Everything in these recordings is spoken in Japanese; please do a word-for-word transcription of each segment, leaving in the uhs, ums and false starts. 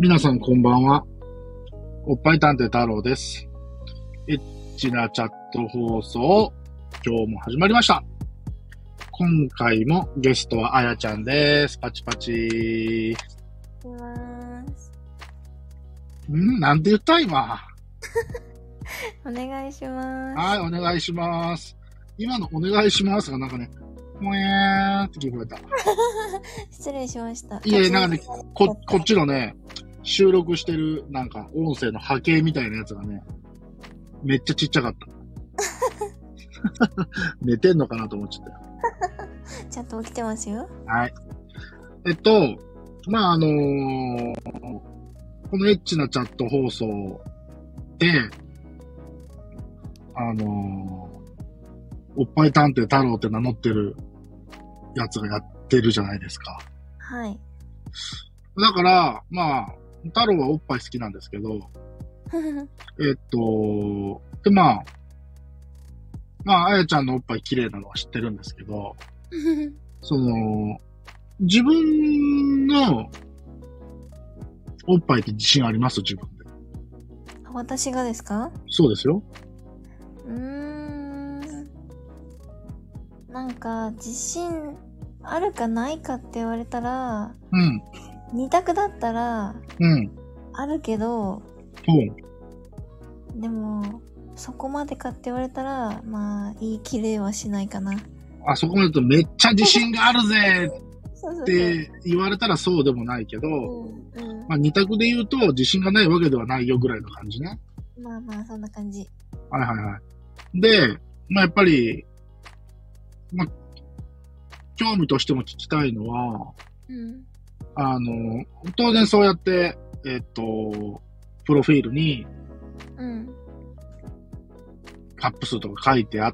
皆さんこんばんは。おっぱい探偵太郎です。エッチなチャット放送、今日も始まりました。今回もゲストはあやちゃんです。パチパチ。 います。 んなんて言った今。 お願いします。 はい、お願いします。今のお願いしますがなんかね、もやーって聞こえた。 失礼しました。 いや、なんかね、こ、こっちのね、収録してるなんか音声の波形みたいなやつがね、めっちゃちっちゃかった。寝てんのかなと思っちゃったよ。 ちゃんと起きてますよ。 はい。えっと、まあ、あのー、このエッチなチャット放送で、あのー、おっぱい探偵太郎って名乗ってるやつがやってるじゃないですか。 はい。 だから、まあ、太郎はおっぱい好きなんですけど、えっと、で、まあ、まあ、あやちゃんのおっぱい綺麗なのは知ってるんですけど、その、自分のおっぱいって自信あります？自分で。 私がですか？ そうですよ。 うーん。なんか、自信あるかないかって言われたら、 うん。 二択だったら、 うん。 あるけど、 ほでも、そこまでかって言われたら、まあ、言い切れはしないかな。 う。あそこまで言うとめっちゃ自信があるぜそうそうそう。 って言われたらそうでもないけど、 うんうん、 まあ二択で言うと自信がないわけではないよぐらいの感じね。 まあまあ、そんな感じ。 はいはいはい。で、まあやっぱり、まあ、興味としても聞きたいのは、 うん。 あの、当然そうやって、えっと、プロフィールに、 うん。 カップ数とか書いてあって、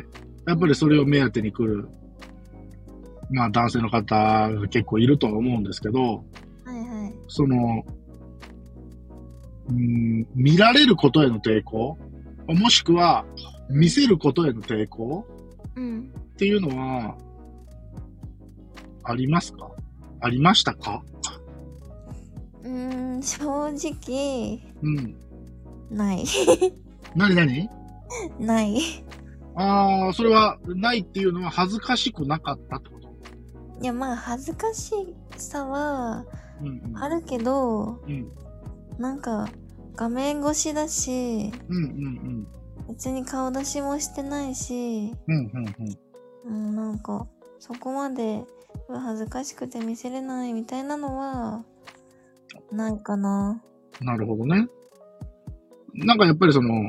やっぱりそれを目当てに来る、まあ男性の方が結構いるとは思うんですけど、 はいはい。 その、うーん、見られることへの抵抗、もしくは見せることへの抵抗うん。 っていうのは、ありますか？ありましたか？ うーん、正直、 うん。 ない。 なになに？ ない。 ああ、それはないっていうのは恥ずかしくなかったってこと？ いや、まあ、恥ずかしさはうんうん。 あるけど、 うん。 なんか、画面越しだし、 うんうん別に顔出しもしてないし、 うん。うんうんうん。 うん、なんか、そこまでうわ恥ずかしくて見せれないみたいなのは、ないかな。 なるほどね。なんかやっぱりその、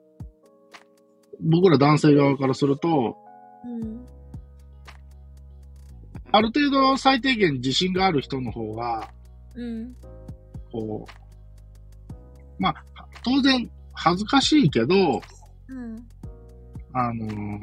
僕ら男性側からすると、 うん。 ある程度最低限自信がある人の方が、 うん。 こう、まあ、当然恥ずかしいけど、 うん。 あのー、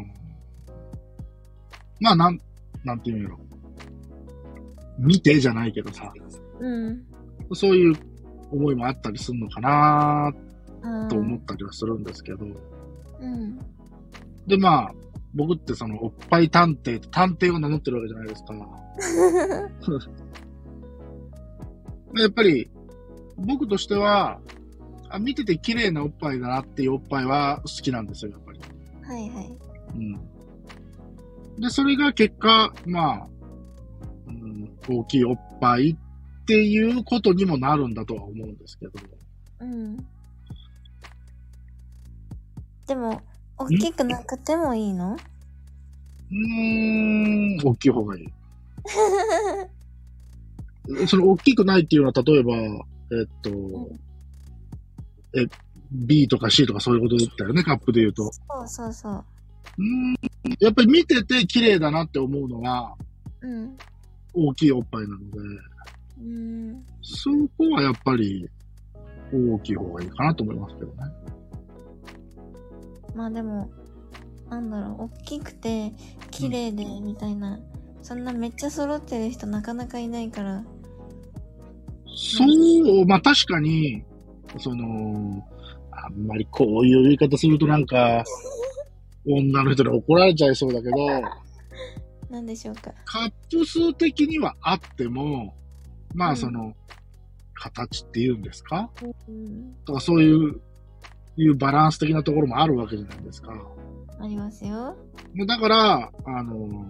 まあなん、なんていうんやろ。見てじゃないけどさ、 うん。 そういう思いもあったりするのかなあと思ったりはするんですけど。 うん。 で、まあ、僕ってその、おっぱい探偵って探偵を名乗ってるわけじゃないですか。やっぱり、僕としては、あ見てて綺麗なおっぱいだなっていうおっぱいは好きなんですよ、やっぱり。 はいはい。 うん。で、それが結果、まあ、うん、大きいおっぱいっていうことにもなるんだとは思うんですけど。 うん。でも、大きくなくてもいいの？ うーん、大きい方がいい。その大きくないっていうのは、例えば、えっと、 うん、 え、B とか C とかそういうことだったよね、カップで言うと。 そうそうそう。 うーん、やっぱり見てて綺麗だなって思うのは、 うん。 大きいおっぱいなので、 うーん。 そこはやっぱり大きい方がいいかなと思いますけどね。 まあでも、なんだろう、大きくて、綺麗で、みたいな、うん、そんなめっちゃ揃ってる人なかなかいないから。 そう、まあ確かに、その、あんまりこういう言い方するとなんか、女の人に怒られちゃいそうだけど、 なんでしょうか。 カップ数的にはあっても、まあその、うん、 形っていうんですか、 うん、 とかそういう、いうバランス的なところもあるわけじゃないですか。 ありますよ。 だから、あの、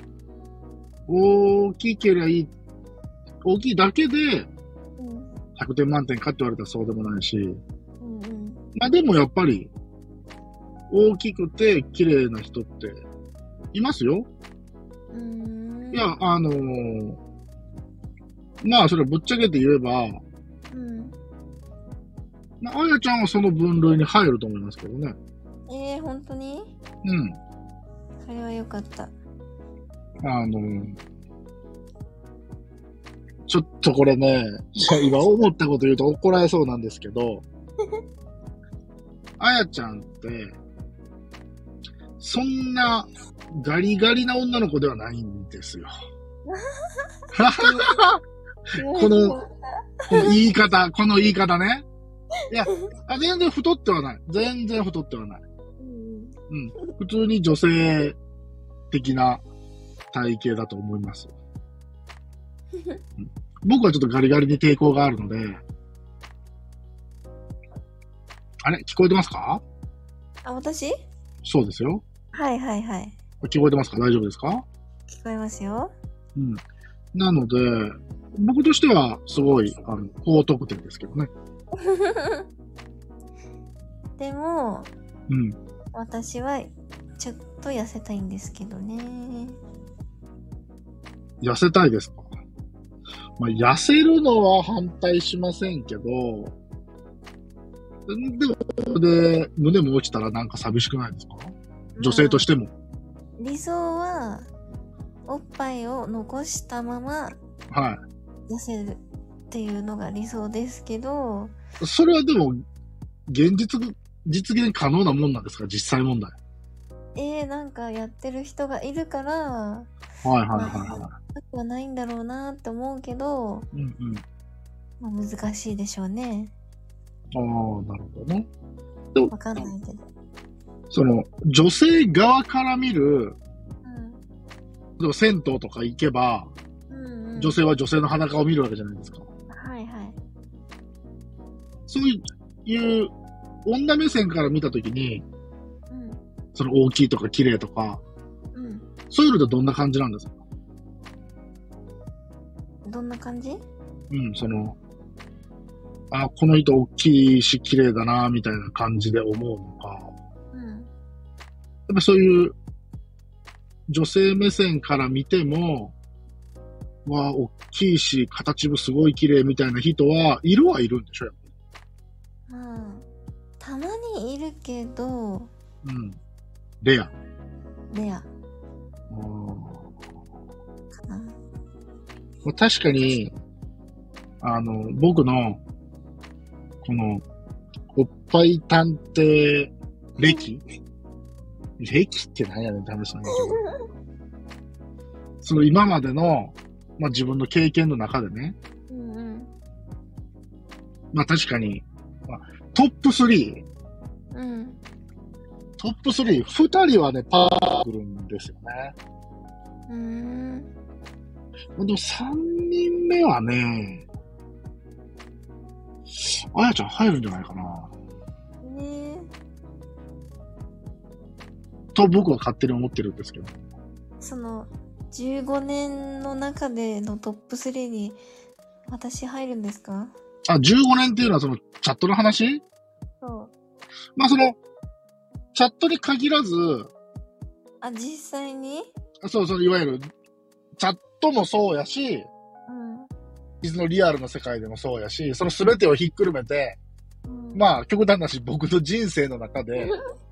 大きければいい、大きいだけでひゃくてん満点かって言われたらそうでもないし、 うんうん、 まあでもやっぱり、大きくて綺麗な人っていますよ。 うーん、 いや、あのー、まあそれぶっちゃけて言えば、うん、まあ、あやちゃんはその分類に入ると思いますけどね。 ええー、本当に？ うん。 それはよかった。 あのー、ちょっとこれね、今思ったこと言うと怒られそうなんですけど、あやちゃんって、そんなガリガリな女の子ではないんですよ。この、この言い方、この言い方ね。いや、あ、全然太ってはない。全然太ってはない。うん。普通に女性的な体型だと思います。うん、僕はちょっとガリガリに抵抗があるので、あれ聞こえてますか？ あ、私？ そうですよ。 はいはいはい。 聞こえてますか？大丈夫ですか？ 聞こえますよ。 うん。なので、僕としてはすごい、あの、高得点ですけどね。 でも、 うん。 私はちょっと痩せたいんですけどね。 痩せたいですか？まあ、痩せるのは反対しませんけど、でも、で、胸も落ちたらなんか寂しくないですか？女性としても。 理想は、おっぱいを残したまま、 はい。 痩せるっていうのが理想ですけど。 それはでも、現実、実現可能なもんなんですか？実際問題。 えー、なんかやってる人がいるから、 はいはいはいはい。 なくはないんだろうなって思うけど、 うんうん。 まあ、難しいでしょうね。 ああ、なるほどね。 わかんないけど。 その、女性側から見る、 うん、 でも銭湯とか行けば、うんうん、女性は女性の裸を見るわけじゃないですか。 はいはい。 そういう、女目線から見たときに、うん、その大きいとか綺麗とか、うん、そういうのってどんな感じなんですか？ どんな感じ？ うん、その、あ、この人大きいし綺麗だな、みたいな感じで思うのか。うん。やっぱそういう、女性目線から見ても、わあ、大きいし、形もすごい綺麗みたいな人は、いるはいるんでしょ、やっぱり。 まあ、たまにいるけど、 うん。レア。 レア。あかな。まあ、確かに、あの、僕の、この、おっぱい探偵歴歴って何やねんって話なんだけど。その今までの、まあ、自分の経験の中でね。うんうん、まあ確かに、まあ、トップスリー。うん、トップスリー、ふたりはね、パー来るんですよね。うーん。でもさんにんめはね、あやちゃん入るんじゃないかな。ねと僕は勝手に思ってるんですけど。 その、じゅうごねんの中でのトップスリーに私入るんですか？ あ、じゅうごねんっていうのはそのチャットの話？そう。まあその、チャットに限らず、 あ、実際に？ そうそう、いわゆる、チャットもそうやし、うん。実のリアルな世界でもそうやし、その全てをひっくるめて、うん、まあ極端なし僕の人生の中で、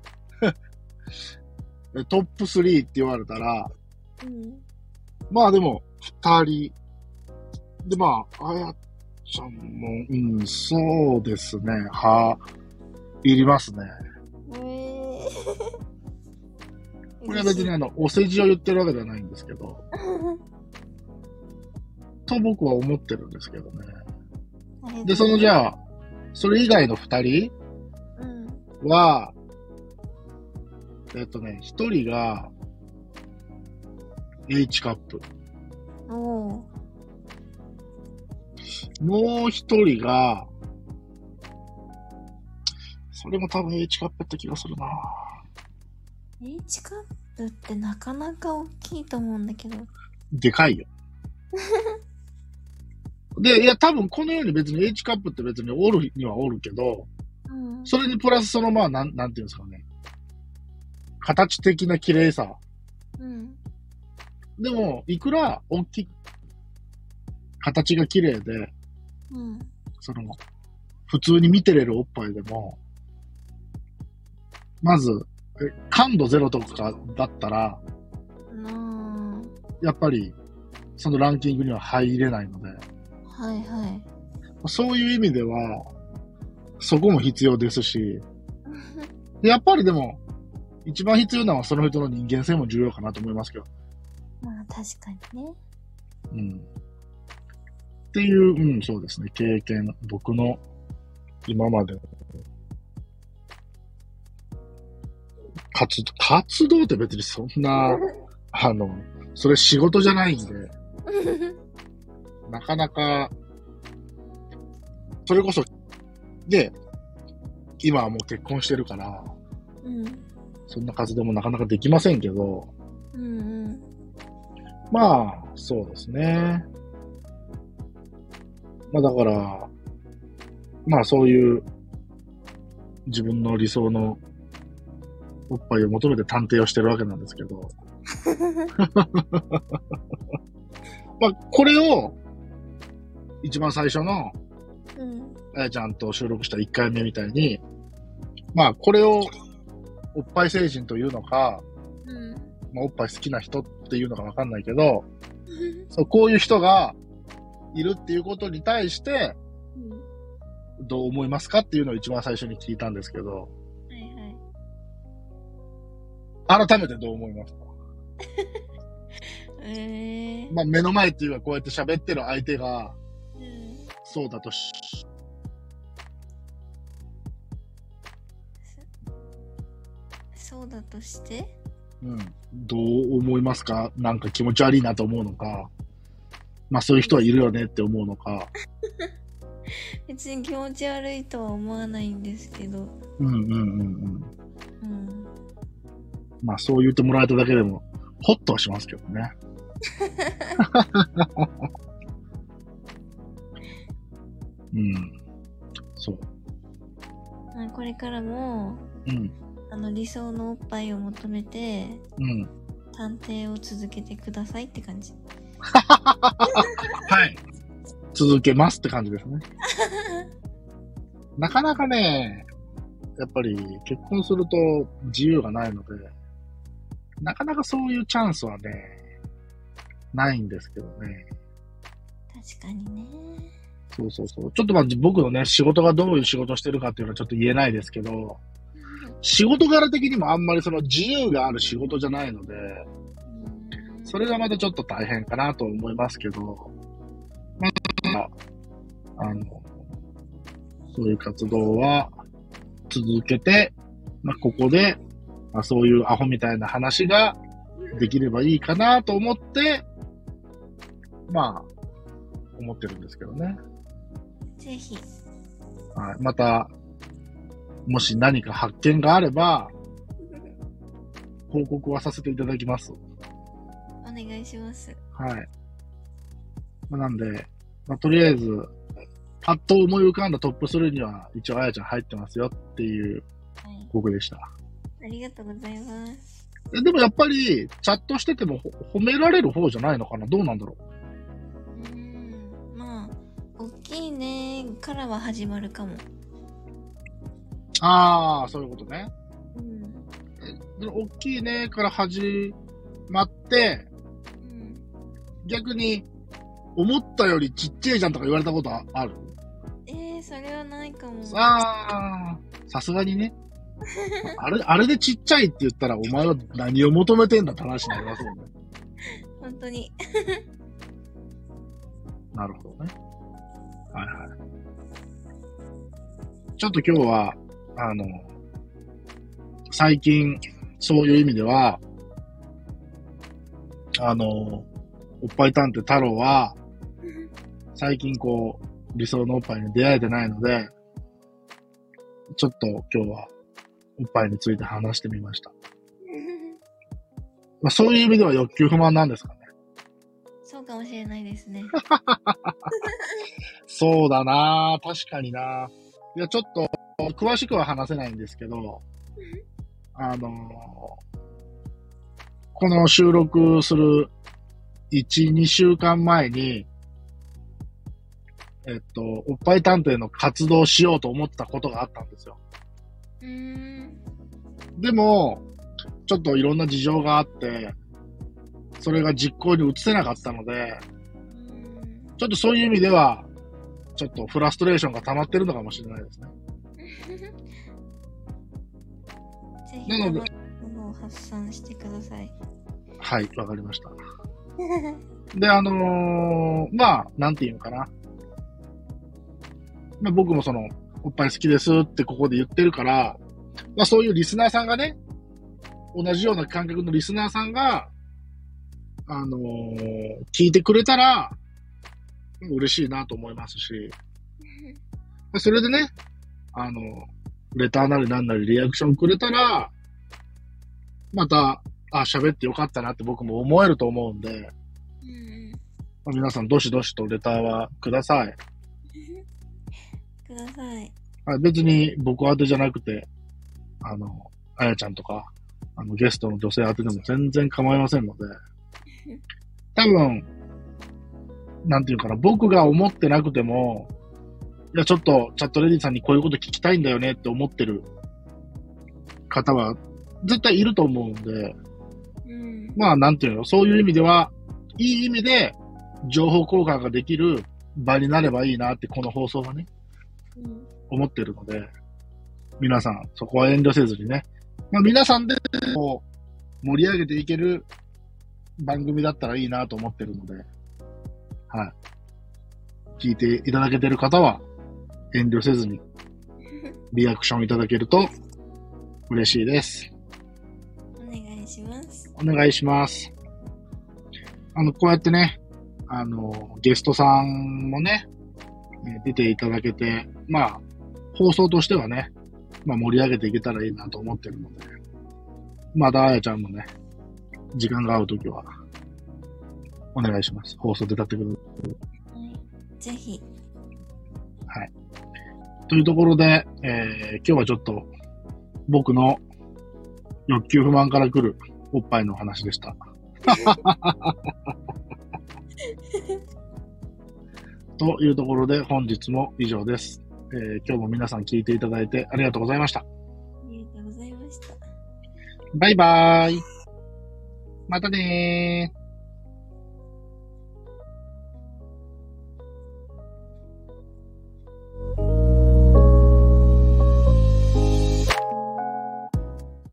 トップスリーって言われたら、うん、まあでも、二人。で、まあ、あやちゃんも、うん、そうですね。は、いりますね。えー、これは別にあの、お世辞を言ってるわけではないんですけど。と僕は思ってるんですけどね。で、そのじゃあ、それ以外の二人は、うん、えっとね、一人が、H カップ。おもう一人が、それも多分 H カップって気がするな。 H カップってなかなか大きいと思うんだけど。 でかいよ。で、いや、多分このように別に H カップって別におるにはおるけど、うん、それにプラスそのまあ、なん、なんていうんですかね。形的な綺麗さ。うん。でも、いくら大きい、形が綺麗で、うん。その、普通に見てれるおっぱいでも、まず、え感度ゼロとかだったら、うん、やっぱり、そのランキングには入れないので、 はいはい。 そういう意味では、そこも必要ですし、やっぱりでも、一番必要なのはその人の人間性も重要かなと思いますけど。 まあ確かにね。 うん。っていう、うん、そうですね、経験、僕の今までの活動、活動って別にそんな、あの、それ仕事じゃないんで、なかなか、それこそ、で、今はもう結婚してるから、うん、そんな活動もなかなかできませんけど、うんうん、まあ、そうですね。まあだから、まあそういう自分の理想のおっぱいを求めて探偵をしてるわけなんですけど、まあこれを一番最初の、うん、あやちゃんと収録したいっかいめみたいに、まあこれをおっぱい成人というのか、うん、まあ、おっぱい好きな人っていうのかわかんないけど、そうこういう人がいるっていうことに対して、うん、どう思いますかっていうのを一番最初に聞いたんですけど、はいはい、改めてどう思いますか？えー、まあ目の前っていうかこうやって喋ってる相手が、うん、そうだとし、 そうだとして、 うん、どう思いますか？なんか気持ち悪いなと思うのか、まあそういう人はいるよねって思うのか。 別に気持ち悪いとは思わないんですけど。 うんうんうんうん。うん、まあそう言ってもらえただけでも、ホッとはしますけどね。うん。そう。 これからも、うん、あの理想のおっぱいを求めて、うん、探偵を続けてくださいって感じ。 はい。続けますって感じですね。なかなかね、やっぱり結婚すると自由がないので、なかなかそういうチャンスはね、ないんですけどね。 確かにね。 そうそうそう。ちょっとまあ僕のね、仕事がどういう仕事してるかっていうのはちょっと言えないですけど、仕事柄的にもあんまりその自由がある仕事じゃないので、それがまたちょっと大変かなと思いますけど、まあ、あの、そういう活動は続けて、まあ、ここで、まあ、そういうアホみたいな話ができればいいかなと思って、まあ、思ってるんですけどね。 ぜひ。 はい。また、もし何か発見があれば、報告はさせていただきます。 お願いします。 はい。まあ、なんで、まあ、とりあえず、パッと思い浮かんだトップスリーには一応あやちゃん入ってますよっていう報告でした。はい、ありがとうございます。 でもやっぱり、チャットしてても褒められる方じゃないのかな？どうなんだろう？うーん、まあ、大きいねからは始まるかも。 ああ、そういうことね。うん。大きいねから始まって、うん、逆に、思ったよりちっちゃいじゃんとか言われたことある？ えー、それはないかも。 ああ、さすがにね。あれ、あれでちっちゃいって言ったらお前は何を求めてんだって話になりますもんね。 本当に。 なるほどね。はいはい。ちょっと今日は、あの、最近、そういう意味では、あの、おっぱい探偵太郎は、 最近こう、理想のおっぱいに出会えてないので、ちょっと今日はおっぱいについて話してみました。まあ、そういう意味では欲求不満なんですかね。 そうかもしれないですね。 そうだな、確かにな。いや、ちょっと詳しくは話せないんですけど、あのー、この収録するいち、にしゅうかんまえに、えっと、おっぱい探偵の活動しようと思ってたことがあったんですよ。 うーん。 でも、ちょっといろんな事情があって、それが実行に移せなかったので、ちょっとそういう意味では、ちょっとフラストレーションが溜まってるのかもしれないですね。 ぜひ、なので、ものを発散してください。 はい、わかりました。で、あのー、まあ、なんていうのかな。まあ、僕もその、おっぱい好きですってここで言ってるから、まあそういうリスナーさんがね、同じような感覚のリスナーさんが、あのー、聞いてくれたら、嬉しいなと思いますし、それでね、あの、レターなりなんなりリアクションくれたら、また、あ、喋ってよかったなって僕も思えると思うんで、 うんまあ、皆さんどしどしとレターはください。 ください。 別に僕宛てじゃなくて、あの、あやちゃんとか、あの、ゲストの女性宛てでも全然構いませんので、多分、なんていうかな、僕が思ってなくても、いや、ちょっと、チャットレディさんにこういうこと聞きたいんだよねって思ってる方は、絶対いると思うんで、 うん、 まあ、なんていうの、そういう意味では、いい意味で、情報交換ができる場になればいいなって、この放送がね、うん、思ってるので、皆さん、そこは遠慮せずにね、まあ、皆さんで、こう、盛り上げていける番組だったらいいなと思ってるので、はい。聞いていただけてる方は、遠慮せずに、リアクションいただけると、嬉しいです。 お願いします。 お願いします。あの、こうやってね、あの、ゲストさんもね、出ていただけて、まあ、放送としてはね、まあ盛り上げていけたらいいなと思ってるので、またあやちゃんもね、時間が合うときは、お願いします。放送で立ってくる。 はい。ぜひ。 はい。というところで、えー、今日はちょっと、僕の欲求不満から来るおっぱいの話でした。というところで本日も以上です、えー。今日も皆さん聞いていただいてありがとうございました。ありがとうございました。 バイバーイ。またねー。